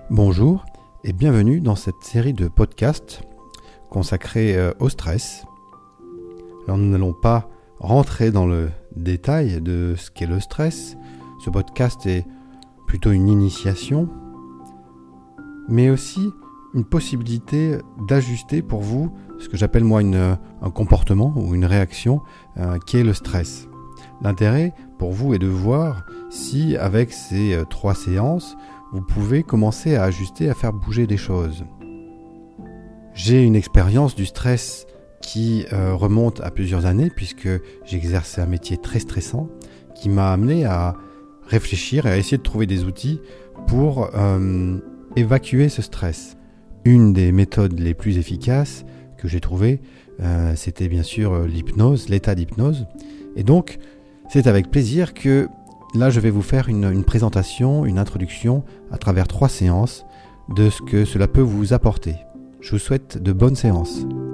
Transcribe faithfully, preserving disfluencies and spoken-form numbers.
Bonjour et bienvenue dans cette série de podcasts consacrés euh, au stress. Alors nous n'allons pas rentrer dans le détail de ce qu'est le stress. Ce podcast est plutôt une initiation, mais aussi une possibilité d'ajuster pour vous ce que j'appelle moi une, un comportement ou une réaction euh, qui est le stress. L'intérêt pour vous est de voir si avec ces euh, trois séances, vous pouvez commencer à ajuster, à faire bouger des choses. J'ai une expérience du stress qui euh, remonte à plusieurs années puisque j'exerçais un métier très stressant qui m'a amené à réfléchir et à essayer de trouver des outils pour euh, évacuer ce stress. Une des méthodes les plus efficaces que j'ai trouvées, euh, c'était bien sûr l'hypnose, l'état d'hypnose. Et donc, c'est avec plaisir que là, je vais vous faire une, une présentation, une introduction à travers trois séances de ce que cela peut vous apporter. Je vous souhaite de bonnes séances.